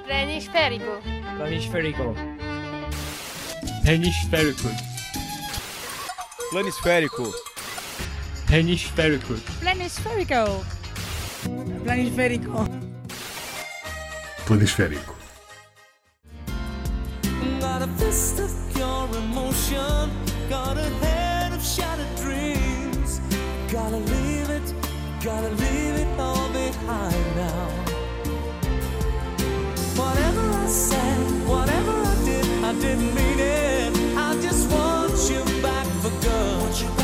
Planisférico. Planisférico. Planisférico. Planisférico. Planisférico. Planisférico. Planisférico. Planisférico. Got a fist of pure emotion, got a head of shattered dreams. Gotta leave it all behind now. Whatever I said, whatever I didn't mean it. I just want you back for good. Want you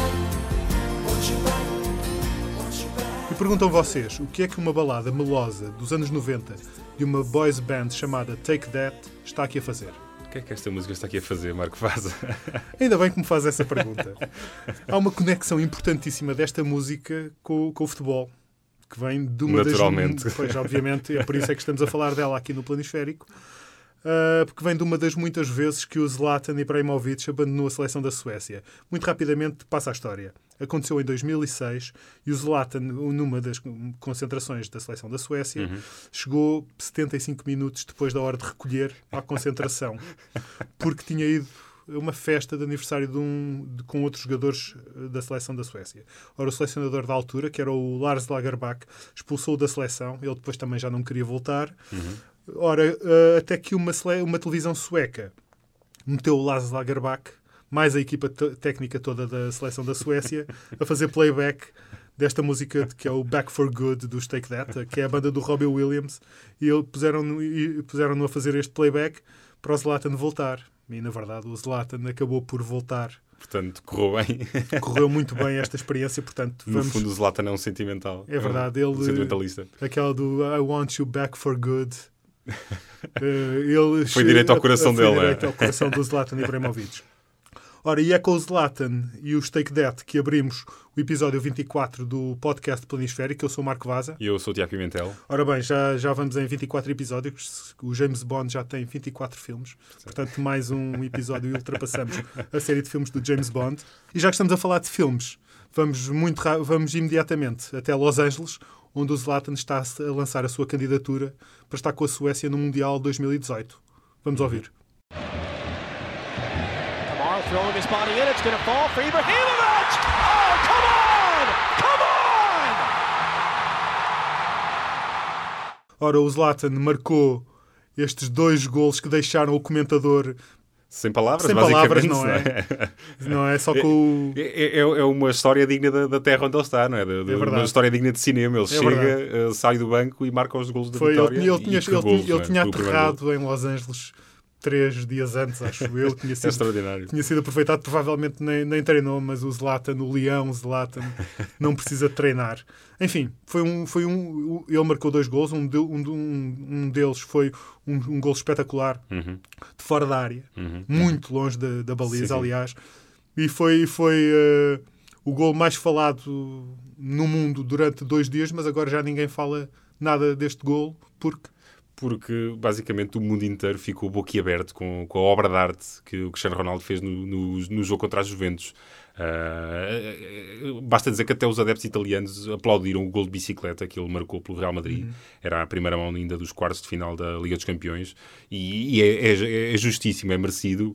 back. E perguntam vocês, o que é que uma balada melosa dos anos 90 de uma boys band chamada Take That está aqui a fazer? O que é que esta música está aqui a fazer, Marco Vaza? Ainda bem que me faz essa pergunta. Há uma conexão importantíssima desta música com o futebol, que vem de uma Naturalmente. Pois, obviamente, é por isso é que estamos a falar dela aqui no Planisférico, porque vem de uma das muitas vezes que o Zlatan Ibrahimovic abandonou a seleção da Suécia. Muito rapidamente passa a história. Aconteceu em 2006 e o Zlatan, numa das concentrações da seleção da Suécia, chegou 75 minutos depois da hora de recolher à concentração, porque tinha ido a uma festa de aniversário com outros jogadores da seleção da Suécia. Ora, o selecionador da altura, que era o Lars Lagerbäck, expulsou-o da seleção. Ele depois também já não queria voltar. Ora, até que uma televisão sueca meteu o Lars Lagerbäck, mais a equipa técnica toda da seleção da Suécia, a fazer playback desta música que é o Back for Good dos Take That, que é a banda do Robbie Williams, e puseram-no a fazer este playback para o Zlatan voltar. E, na verdade, o Zlatan acabou por voltar. Portanto, correu bem. Correu muito bem esta experiência, portanto... No fundo, o Zlatan é um sentimental. É verdade. Um sentimentalista. Aquela do I want you back for good. Ele foi direito ao coração dele. Foi direito ao coração do Zlatan Ibrahimovic. Ora, e é com o Zlatan e os Take That que abrimos o episódio 24 do podcast Planisférico. Eu sou o Marco Vaza. E eu sou o Tiago Pimentel. Ora bem, já vamos em 24 episódios. O James Bond já tem 24 filmes. Portanto, mais um episódio e ultrapassamos a série de filmes do James Bond. E já que estamos a falar de filmes, vamos imediatamente até Los Angeles, onde o Zlatan está a lançar a sua candidatura para estar com a Suécia no Mundial 2018. Vamos ouvir. Throwing his body in, it's going to fall for Ibrahimovic! Oh, come on! Come on! Ora, o Zlatan marcou estes 2 golos que deixaram o comentador... Sem palavras, sem basicamente. Não é? Não é só com o... É uma história digna da terra onde ele está, não é? Uma história digna de cinema. Ele chega, sai do banco e marca os golos da vitória. Ele tinha aterrado em Los Angeles 3 dias antes, acho eu. Tinha sido, extraordinário. Tinha sido aproveitado, provavelmente nem treinou, mas o Zlatan, o leão Zlatan, não precisa treinar. Enfim, ele marcou 2 golos, um deles foi um golo espetacular, de fora da área, muito longe da baliza, sim. Aliás, e foi o golo mais falado no mundo durante 2 dias, mas agora já ninguém fala nada deste golo, porque basicamente o mundo inteiro ficou boquiaberto com a obra de arte que o Cristiano Ronaldo fez no jogo contra a Juventus. Basta dizer que até os adeptos italianos aplaudiram o gol de bicicleta que ele marcou pelo Real Madrid. Era a primeira mão ainda dos quartos de final da Liga dos Campeões e é justíssimo, é merecido.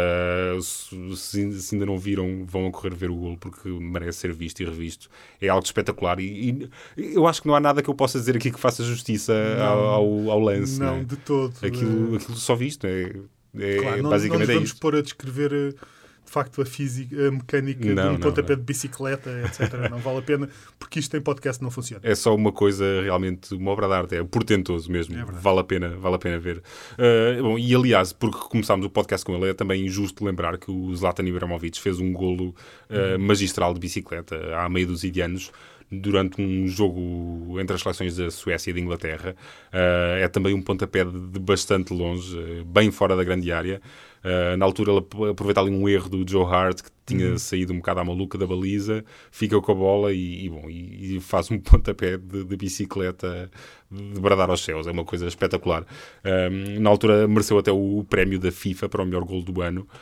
Se ainda não viram, vão a correr ver o gol porque merece ser visto e revisto. É algo espetacular e eu acho que não há nada que eu possa dizer aqui que faça justiça ao lance. Não, de todo. Aquilo só visto claro, basicamente não é vamos pôr a descrever de facto a física, a mecânica de um pontapé de bicicleta, etc. Não vale a pena, porque isto em podcast não funciona. É só uma coisa, realmente, uma obra de arte, é portentoso mesmo, vale a pena ver. Bom, e aliás, porque começámos o podcast com ele, é também injusto lembrar que o Zlatan Ibrahimovic fez um golo magistral de bicicleta há meia dúzia de anos, durante um jogo entre as seleções da Suécia e da Inglaterra. É também um pontapé de bastante longe, bem fora da grande área. Na altura ele aproveita ali um erro do Joe Hart, que tinha saído um bocado à maluca da baliza, fica com a bola e faz um pontapé de bicicleta de bradar aos céus. É uma coisa espetacular. Na altura mereceu até o prémio da FIFA para o melhor golo do ano.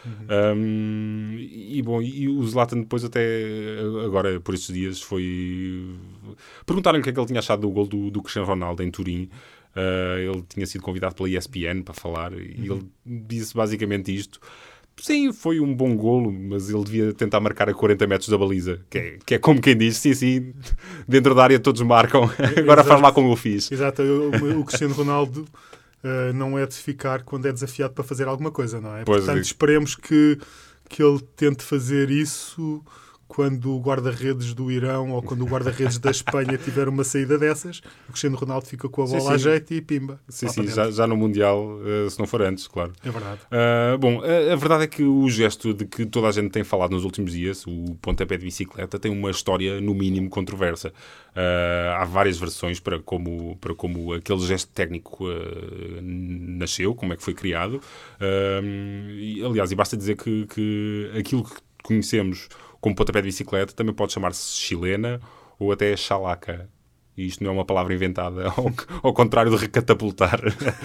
E o Zlatan depois até agora, por estes dias, foi... Perguntaram-lhe o que é que ele tinha achado do golo do Cristiano Ronaldo em Turim. Ele tinha sido convidado pela ESPN para falar e ele disse basicamente isto. Sim, foi um bom golo, mas ele devia tentar marcar a 40 metros da baliza, que é como quem diz, sim, dentro da área todos marcam, agora faz lá como eu fiz. Exato, o Cristiano Ronaldo não é de ficar quando é desafiado para fazer alguma coisa, não é? Pois, portanto, esperemos que ele tente fazer isso quando o guarda-redes do Irão ou quando o guarda-redes da Espanha tiver uma saída dessas. O Cristiano Ronaldo fica com a bola a jeito e pimba. Sim, já no Mundial, se não for antes, claro. É verdade. Bom, a verdade é que o gesto de que toda a gente tem falado nos últimos dias, o pontapé de bicicleta, tem uma história, no mínimo, controversa. Há várias versões para como aquele gesto técnico nasceu, como é que foi criado. Aliás, e basta dizer que aquilo que conhecemos como pontapé de bicicleta também pode chamar-se chilena ou até chalaca. E isto não é uma palavra inventada, ao contrário de recatapultar.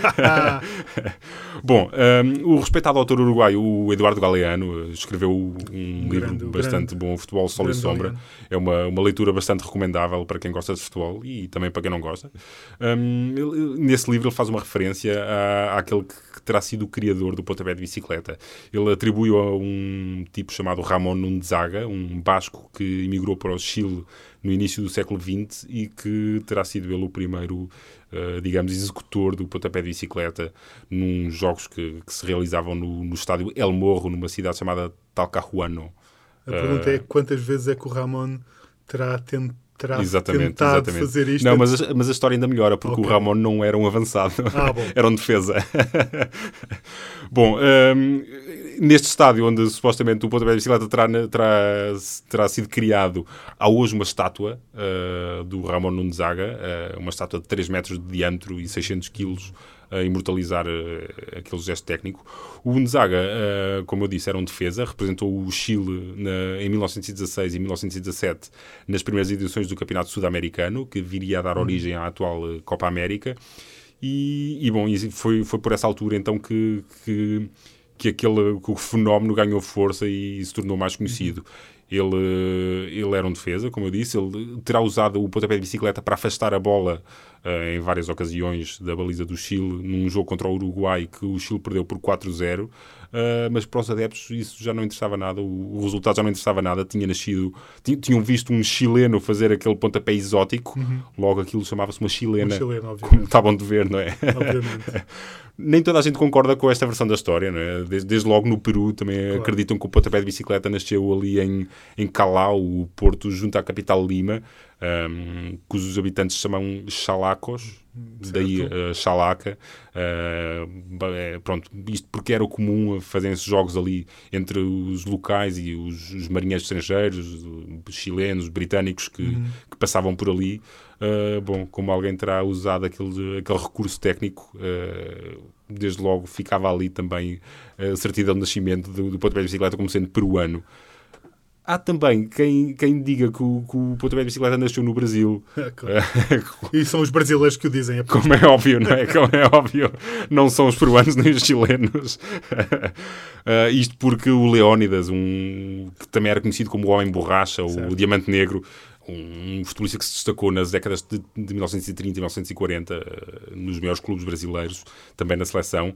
Bom, o respeitado autor uruguaio, o Eduardo Galeano, escreveu um livro bastante bom, Futebol, Sol e Sombra. Galeano. É uma leitura bastante recomendável para quem gosta de futebol e também para quem não gosta. Nesse livro ele faz uma referência àquele que terá sido o criador do pontapé de bicicleta. Ele atribui-o a um tipo chamado Ramon Nunzaga, um basco que emigrou para o Chile no início do século XX e que terá sido ele o primeiro, digamos, executor do pontapé de bicicleta num jogos que se realizavam no estádio El Morro, numa cidade chamada Talcahuano. A pergunta é quantas vezes é que o Ramon terá tentado fazer isto? Não, mas a história ainda melhora, porque o Ramon não era um avançado, era um defesa. Bom, neste estádio onde supostamente o pontapé de bicicleta terá sido criado, há hoje uma estátua do Ramon Nunzaga, uma estátua de 3 metros de diâmetro e 600 quilos, a imortalizar aquele gesto técnico. O Nunzaga, como eu disse, era um defesa, representou o Chile em 1916 e 1917 nas primeiras edições do Campeonato Sul-Americano, que viria a dar origem à atual Copa América. E foi por essa altura então que o fenómeno ganhou força e se tornou mais conhecido. Ele era um defesa, como eu disse. Ele terá usado o pontapé de bicicleta para afastar a bola em várias ocasiões da baliza do Chile, num jogo contra o Uruguai que o Chile perdeu por 4-0. Mas para os adeptos isso já não interessava nada, o resultado já não interessava nada. Tinham visto um chileno fazer aquele pontapé exótico, logo aquilo chamava-se uma chilena, como estavam de ver, não é? Obviamente. Nem toda a gente concorda com esta versão da história, não é? Desde logo no Peru também acreditam que o pontapé de bicicleta nasceu ali em Callao, o porto junto à capital Lima, cujos habitantes chamam chalacos, daí chalaca. Pronto, isto porque era comum fazerem-se jogos ali entre os locais e os marinheiros estrangeiros, os chilenos, os britânicos que passavam por ali. Como alguém terá usado aquele recurso técnico, desde logo ficava ali também a certidão de nascimento do pontapé de bicicleta como sendo peruano. Há também quem diga que o pontapé de bicicleta nasceu no Brasil. E são os brasileiros que o dizem. Como é óbvio, não é? Como é óbvio. Não são os peruanos nem os chilenos. Isto porque o Leónidas, que também era conhecido como o Homem Borracha, ou o Diamante Negro, um futebolista que se destacou nas décadas de 1930 e 1940 nos maiores clubes brasileiros, também na seleção.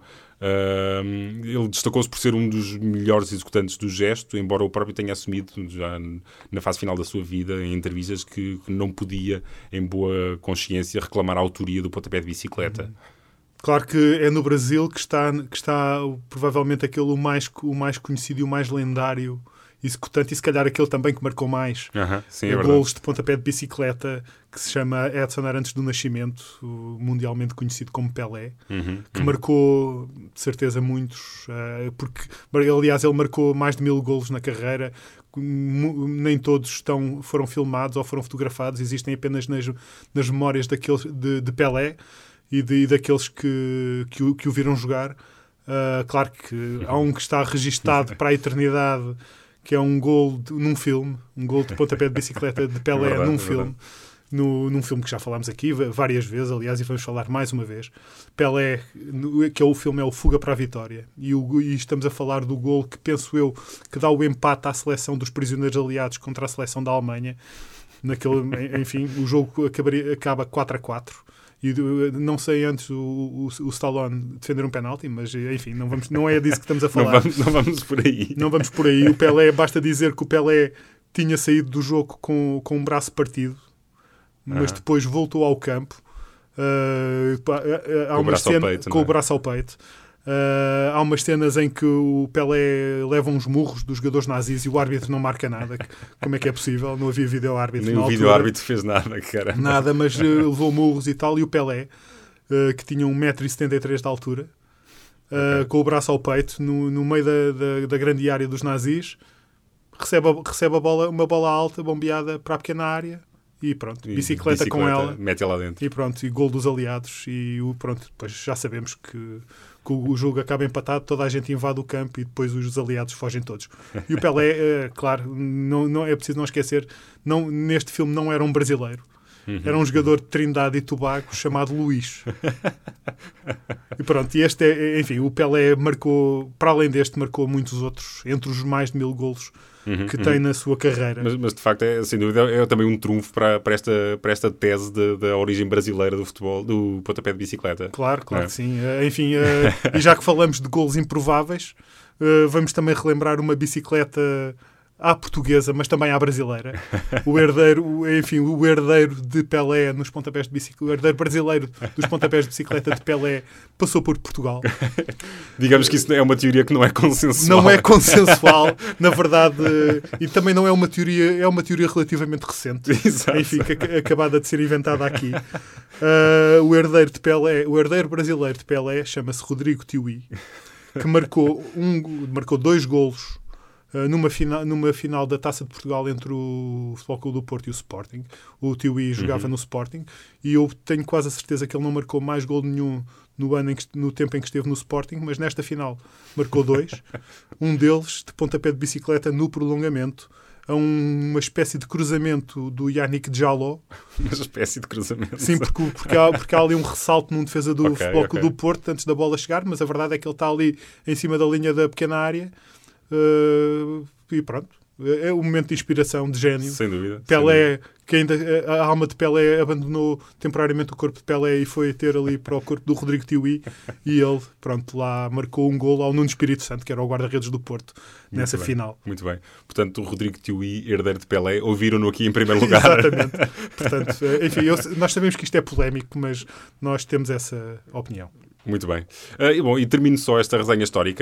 Ele destacou-se por ser um dos melhores executantes do gesto, embora o próprio tenha assumido já na fase final da sua vida em entrevistas que não podia, em boa consciência, reclamar a autoria do pontapé de bicicleta. Claro que é no Brasil que está provavelmente aquele o mais conhecido e o mais lendário executante, e se calhar aquele também que marcou mais golos de pontapé de bicicleta, que se chama Edson Arantes do Nascimento, mundialmente conhecido como Pelé, que marcou de certeza muitos, porque aliás ele marcou mais de 1000 golos na carreira. Nem todos foram filmados ou foram fotografados, existem apenas nas memórias de Pelé e daqueles que o viram jogar. Claro que há um que está registado para a eternidade, que é um gol num filme, um gol de pontapé de bicicleta de Pelé num filme, num filme que já falámos aqui várias vezes, aliás, e vamos falar mais uma vez. Pelé, que é o filme, é o Fuga para a Vitória, e estamos a falar do gol que penso eu que dá o empate à seleção dos prisioneiros aliados contra a seleção da Alemanha. Enfim, o jogo acaba 4-4. E não sei antes o Stallone defender um penalti, mas enfim, não é disso que estamos a falar. Não vamos por aí. Não vamos por aí. O Pelé, basta dizer que o Pelé tinha saído do jogo com um braço partido, mas depois voltou ao campo. Há uma cena com o braço ao peito. Há umas cenas em que o Pelé leva uns murros dos jogadores nazis e o árbitro não marca nada. Como é que é possível? Não havia vídeo-árbitro. Nem o vídeo-árbitro fez nada, cara. Nada, mas levou murros e tal. E o Pelé, que tinha 1,73 m de altura, com o braço ao peito, no meio da grande área dos nazis, recebe a bola, uma bola alta, bombeada para a pequena área. E pronto, bicicleta com ela. Mete lá dentro. E pronto, e gol dos aliados. E pronto, depois já sabemos que o jogo acaba empatado, toda a gente invade o campo e depois os aliados fogem todos. E o Pelé, claro, não é preciso não esquecer, neste filme não era um brasileiro. Era um jogador de Trindade e Tobago chamado Luís. E pronto, e enfim, o Pelé marcou, para além deste, marcou muitos outros, entre os mais de 1000 golos que tem na sua carreira. Mas de facto, sem dúvida, é também um trunfo para esta tese da origem brasileira do futebol, do pontapé de bicicleta. Claro que sim. Enfim, e já que falamos de golos improváveis, vamos também relembrar uma bicicleta à portuguesa, mas também à brasileira. O herdeiro de Pelé nos pontapés de bicicleta, o herdeiro brasileiro dos pontapés de bicicleta de Pelé passou por Portugal. Digamos que isso é uma teoria que não é consensual. Não é consensual, na verdade, e também não é uma teoria, é uma teoria relativamente recente. Exato. Enfim, acabada de ser inventada aqui. O herdeiro brasileiro de Pelé chama-se Rodrigo Tiwi, que marcou 2 golos numa final da Taça de Portugal entre o Futebol Clube do Porto e o Sporting. O Tiwi jogava no Sporting e eu tenho quase a certeza que ele não marcou mais gol nenhum no tempo em que esteve no Sporting, mas nesta final marcou 2. Um deles de pontapé de bicicleta no prolongamento, a uma espécie de cruzamento do Yannick Diallo. Uma espécie de cruzamento. Sim, porque há ali um ressalto num defesa do Futebol Clube do Porto antes da bola chegar, mas a verdade é que ele está ali em cima da linha da pequena área. E pronto, é um momento de inspiração, de gênio. Sem dúvida. Pelé, que ainda a alma de Pelé abandonou temporariamente o corpo de Pelé e foi ter ali para o corpo do Rodrigo Tiwi, e ele, pronto, lá marcou um golo ao Nuno Espírito Santo, que era o guarda-redes do Porto, nessa final. Muito bem. Portanto, o Rodrigo Tiwi, herdeiro de Pelé, ouviram-no aqui em primeiro lugar. Exatamente. Portanto, enfim, nós sabemos que isto é polémico, mas nós temos essa opinião. Muito bem. E termino só esta resenha histórica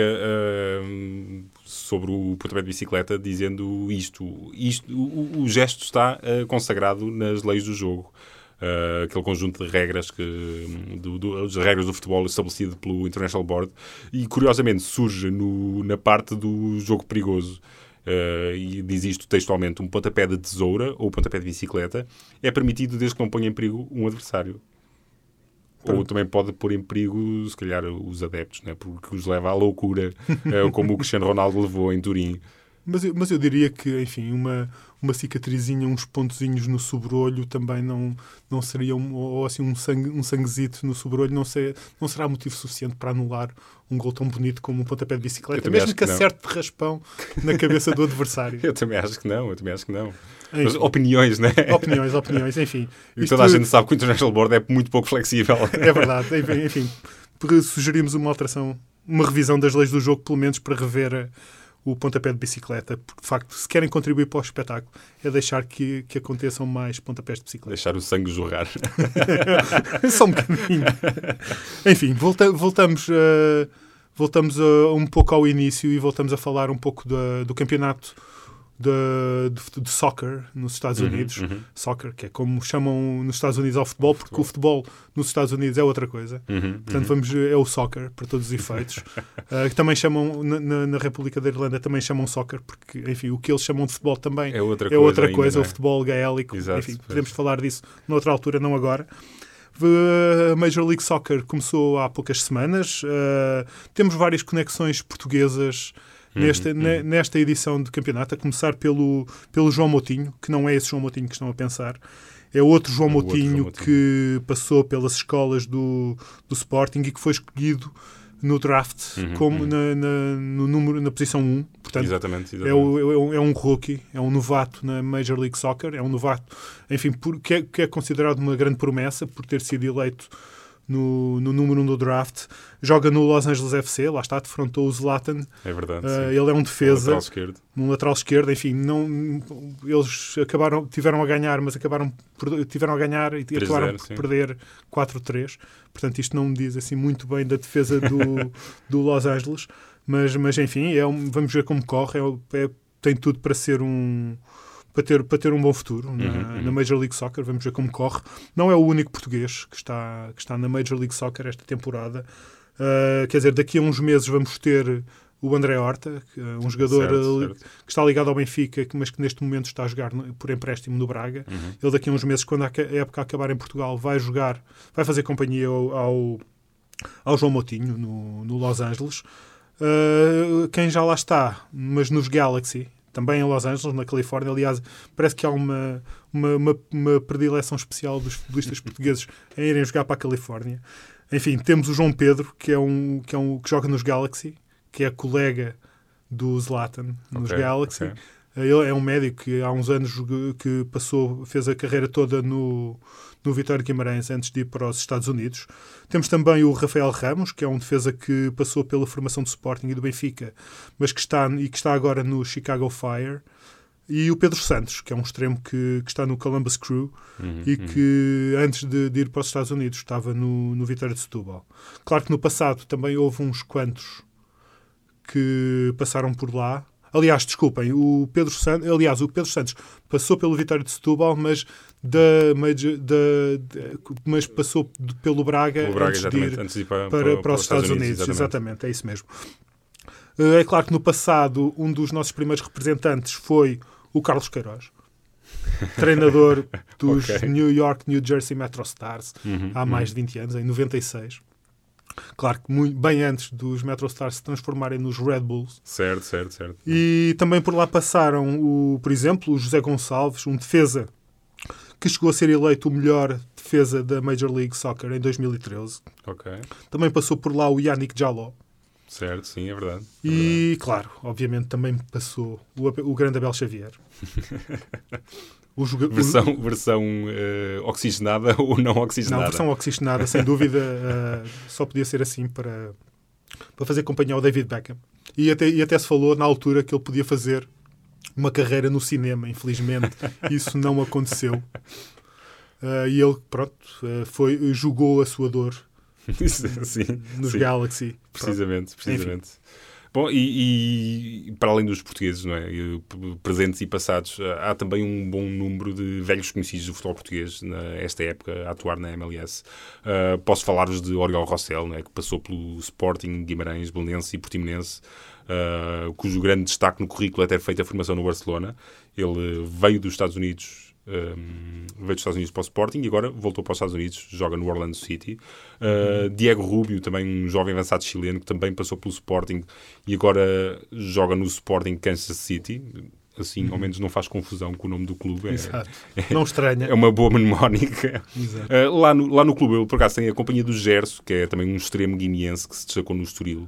sobre o pontapé de bicicleta dizendo isto. O gesto está consagrado nas leis do jogo. Aquele conjunto de regras as regras do futebol estabelecido pelo International Board, e curiosamente surge na parte do jogo perigoso. E diz isto textualmente: um pontapé de tesoura ou pontapé de bicicleta é permitido desde que não ponha em perigo um adversário. Ou também pode pôr em perigo, se calhar, os adeptos, né? Porque os leva à loucura, como o Cristiano Ronaldo levou em Turim. Mas eu diria que, enfim, uma cicatrizinha, uns pontozinhos no sobre-olho também não seria, ou assim um sanguezito no sobre-olho não será motivo suficiente para anular um gol tão bonito como um pontapé de bicicleta, mesmo que acerte de raspão na cabeça do adversário. Eu também acho que não. Enfim, mas opiniões, né? Opiniões, enfim. E toda a gente sabe que o International Board é muito pouco flexível. É verdade, enfim. Sugerimos uma alteração, uma revisão das leis do jogo, pelo menos para rever o pontapé de bicicleta, porque de facto, se querem contribuir para o espetáculo, é deixar que aconteçam mais pontapés de bicicleta. Deixar o sangue jorrar. Só um bocadinho. Enfim, voltamos um pouco ao início e voltamos a falar um pouco do campeonato de soccer nos Estados Unidos. Soccer, que é como chamam nos Estados Unidos ao futebol, porque o futebol nos Estados Unidos é outra coisa. Portanto, é o soccer, para todos os efeitos. Que também chamam, na República da Irlanda, também chamam soccer, porque, enfim, o que eles chamam de futebol também é outra coisa, o futebol gaélico. Exato, enfim, podemos falar disso noutra altura, não agora. A Major League Soccer começou há poucas semanas. Temos várias conexões portuguesas nesta edição de campeonato, a começar pelo João Moutinho, que não é esse João Moutinho que estão a pensar. É outro João Moutinho que passou pelas escolas do Sporting e que foi escolhido no draft, como na posição 1. Portanto, Exatamente. é um rookie, é um novato na Major League Soccer, é um novato, enfim, que é considerado uma grande promessa por ter sido eleito no número 1 do draft. Joga no Los Angeles FC, lá está, defrontou o Zlatan. É verdade. Ele é um defesa, Um lateral esquerdo, enfim, eles tiveram a ganhar, mas tiveram a ganhar e acabaram por perder 4-3. Portanto, isto não me diz assim muito bem da defesa do Los Angeles, mas enfim, vamos ver como corre. Tem tudo para ser para ter um bom futuro na Major League Soccer. Vamos ver como corre. Não é o único português que está na Major League Soccer esta temporada. Quer dizer, daqui a uns meses vamos ter o André Horta, um jogador certo. Que está ligado ao Benfica, mas que neste momento está a jogar por empréstimo no Braga. Ele daqui a uns meses, quando a época acabar em Portugal, vai fazer companhia ao João Moutinho no Los Angeles. Quem já lá está, mas nos Galaxy, também em Los Angeles, na Califórnia. Aliás, parece que há uma predileção especial dos futebolistas portugueses em irem jogar para a Califórnia. Enfim, temos o João Pedro, que joga nos Galaxy, que é colega do Zlatan nos Galaxy. Okay. Ele é um médico que há uns anos que fez a carreira toda no Vitória de Guimarães antes de ir para os Estados Unidos. Temos também o Rafael Ramos, que é um defesa que passou pela formação do Sporting e do Benfica, mas que está agora no Chicago Fire. E o Pedro Santos, que é um extremo que está no Columbus Crew e que antes de ir para os Estados Unidos estava no Vitória de Setúbal. Claro que no passado também houve uns quantos que passaram por lá. Aliás, desculpem, o Pedro Santos passou pelo Vitória de Setúbal, mas passou pelo Braga, antes de ir para os Estados Unidos. Exatamente, é isso mesmo. É claro que no passado um dos nossos primeiros representantes foi o Carlos Queiroz, treinador dos New Jersey Metro Stars há mais de 20 anos, em 96. Claro que muito bem antes dos Metro Stars se transformarem nos Red Bulls. Certo. E também por lá passaram, por exemplo, o José Gonçalves, um defesa que chegou a ser eleito o melhor defesa da Major League Soccer em 2013. Também passou por lá o Yannick Jaló. Certo, sim, é verdade. E, claro, obviamente também passou o grande Abel Xavier. Versão oxigenada ou não oxigenada? Não, versão oxigenada, sem dúvida. Só podia ser assim para fazer companhia ao David Beckham. E até se falou na altura que ele podia fazer uma carreira no cinema. Infelizmente, isso não aconteceu. E ele, jogou a sua dor nos Galaxy. Precisamente. Bom, e para além dos portugueses, não é? Presentes e passados, há também um bom número de velhos conhecidos do futebol português nesta época a atuar na MLS. Posso falar-vos de Oriol Rossell, não é? Que passou pelo Sporting, Guimarães, Belenenses e Portimonense, cujo grande destaque no currículo é ter feito a formação no Barcelona. Ele veio dos Estados Unidos para o Sporting e agora voltou para os Estados Unidos, joga no Orlando City. Diego Rubio, também um jovem avançado chileno que também passou pelo Sporting e agora joga no Sporting Kansas City. Assim, ao menos não faz confusão com o nome do clube. Exato. Não estranha. É uma boa mnemónica. Lá no clube, ele por acaso tem a companhia do Gerso, que é também um extremo guineense que se destacou no Estoril.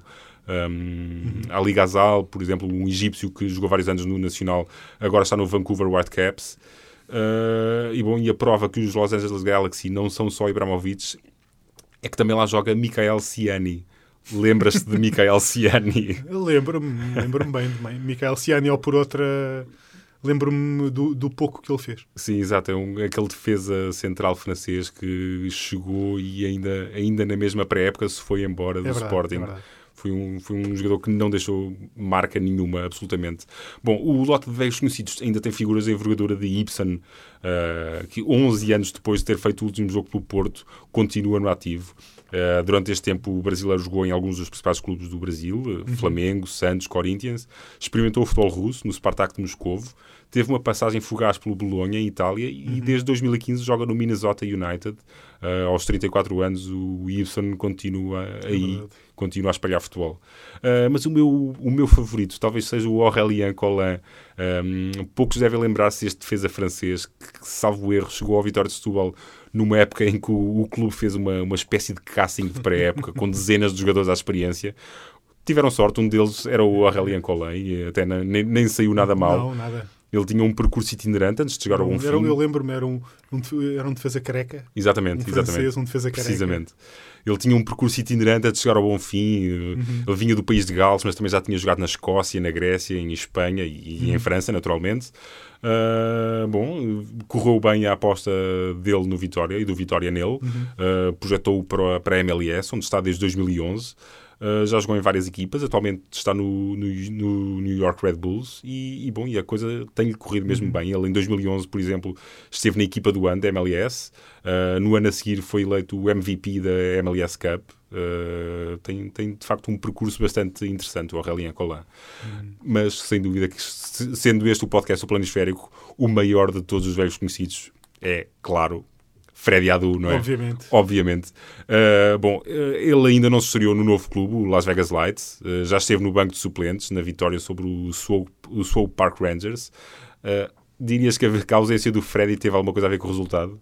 Ali Ghazal, por exemplo, um egípcio que jogou vários anos no Nacional, agora está no Vancouver Whitecaps. E a prova que os Los Angeles Galaxy não são só Ibrahimovic é que também lá joga Mikael Ciani. Lembras-te de Mikael Ciani? Lembro-me bem de mim. Mikael Ciani, ou por outra, lembro-me do pouco que ele fez. Sim, exato. É aquele defesa central francês que chegou e ainda na mesma pré-época se foi embora do Sporting. Foi um jogador que não deixou marca nenhuma, absolutamente. Bom, o lote de velhos conhecidos ainda tem figuras da envergadura de Ibsen, que 11 anos depois de ter feito o último jogo pelo Porto, continua no ativo. Durante este tempo, o brasileiro jogou em alguns dos principais clubes do Brasil, Flamengo, Santos, Corinthians. Experimentou o futebol russo no Spartak de Moscovo. Teve uma passagem fugaz pelo Bolonha, em Itália, e desde 2015 joga no Minnesota United. Aos 34 anos, o Ibsen continua a espalhar futebol. Mas o meu favorito talvez seja o Aurélien Collin. Poucos devem lembrar-se deste defesa francês que, salvo erro, chegou ao Vitória de Setúbal numa época em que o clube fez uma espécie de casting de pré-época, com dezenas de jogadores à experiência. Tiveram sorte, um deles era o Aurélien Collin, e até nem saiu nada mal. Não, nada. Ele tinha um percurso itinerante antes de chegar ao Bonfim. Eu lembro-me, era um defesa careca. Exatamente, Francês, um defesa careca. Precisamente. Ele tinha um percurso itinerante antes de chegar ao Bonfim. Ele vinha do país de Gales, mas também já tinha jogado na Escócia, na Grécia, em Espanha e em França, naturalmente. Correu bem a aposta dele no Vitória e do Vitória nele. Projetou-o para a MLS, onde está desde 2011. Já jogou em várias equipas, atualmente está no New York Red Bulls e a coisa tem-lhe corrido mesmo bem. Ele em 2011, por exemplo, esteve na equipa do ano da MLS, no ano a seguir foi eleito o MVP da MLS Cup. Tem de facto um percurso bastante interessante, o Aurélien Collin. Mas sem dúvida que, sendo este o podcast do Planisférico, o maior de todos os velhos conhecidos é, claro, Freddy Adu, não é? Obviamente. Ele ainda não se estreou no novo clube, o Las Vegas Lights. Já esteve no banco de suplentes, na vitória sobre o Swope Park Rangers. Dirias que a ausência do Freddy teve alguma coisa a ver com o resultado?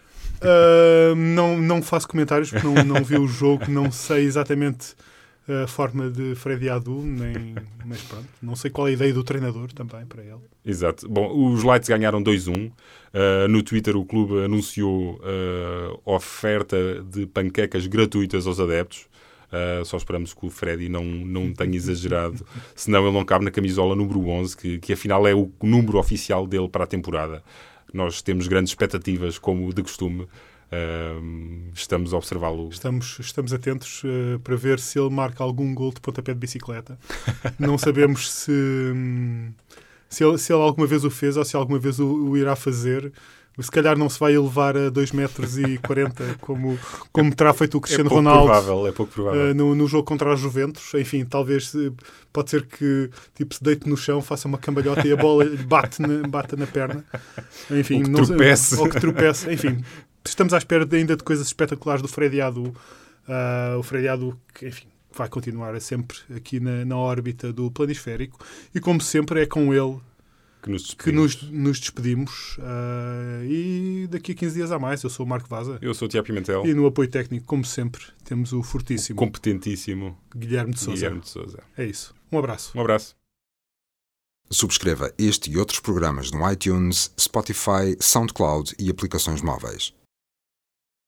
Não faço comentários, porque não vi o jogo, não sei exatamente a forma de Freddy Adu, mas pronto, não sei qual é a ideia do treinador também para ele. Exato. Bom, os Lights ganharam 2-1. No Twitter o clube anunciou oferta de panquecas gratuitas aos adeptos. Só esperamos que o Freddy não tenha exagerado, senão ele não cabe na camisola número 11, que afinal é o número oficial dele para a temporada. Nós temos grandes expectativas, como de costume. Estamos a observá-lo. Estamos atentos para ver se ele marca algum gol de pontapé de bicicleta. Não sabemos se ele alguma vez o fez ou se alguma vez o irá fazer. Se calhar não se vai elevar a 2,40 metros como terá feito o Cristiano Ronaldo. É pouco provável. No jogo contra a Juventus. Enfim, talvez pode ser que se deite no chão, faça uma cambalhota e a bola bate na perna. Enfim, ou que tropece. Enfim, estamos à espera ainda de coisas espetaculares do Freddy Adu. O Freddy Adu, que enfim, vai continuar sempre aqui na órbita do Planisférico. E como sempre é com ele que nos despedimos. E daqui a 15 dias a mais. Eu sou o Marco Vaza. Eu sou o Tiago Pimentel. E no apoio técnico, como sempre, temos o fortíssimo, competentíssimo Guilherme de Sousa. É isso. Um abraço. Subscreva este e outros programas no iTunes, Spotify, SoundCloud e aplicações móveis.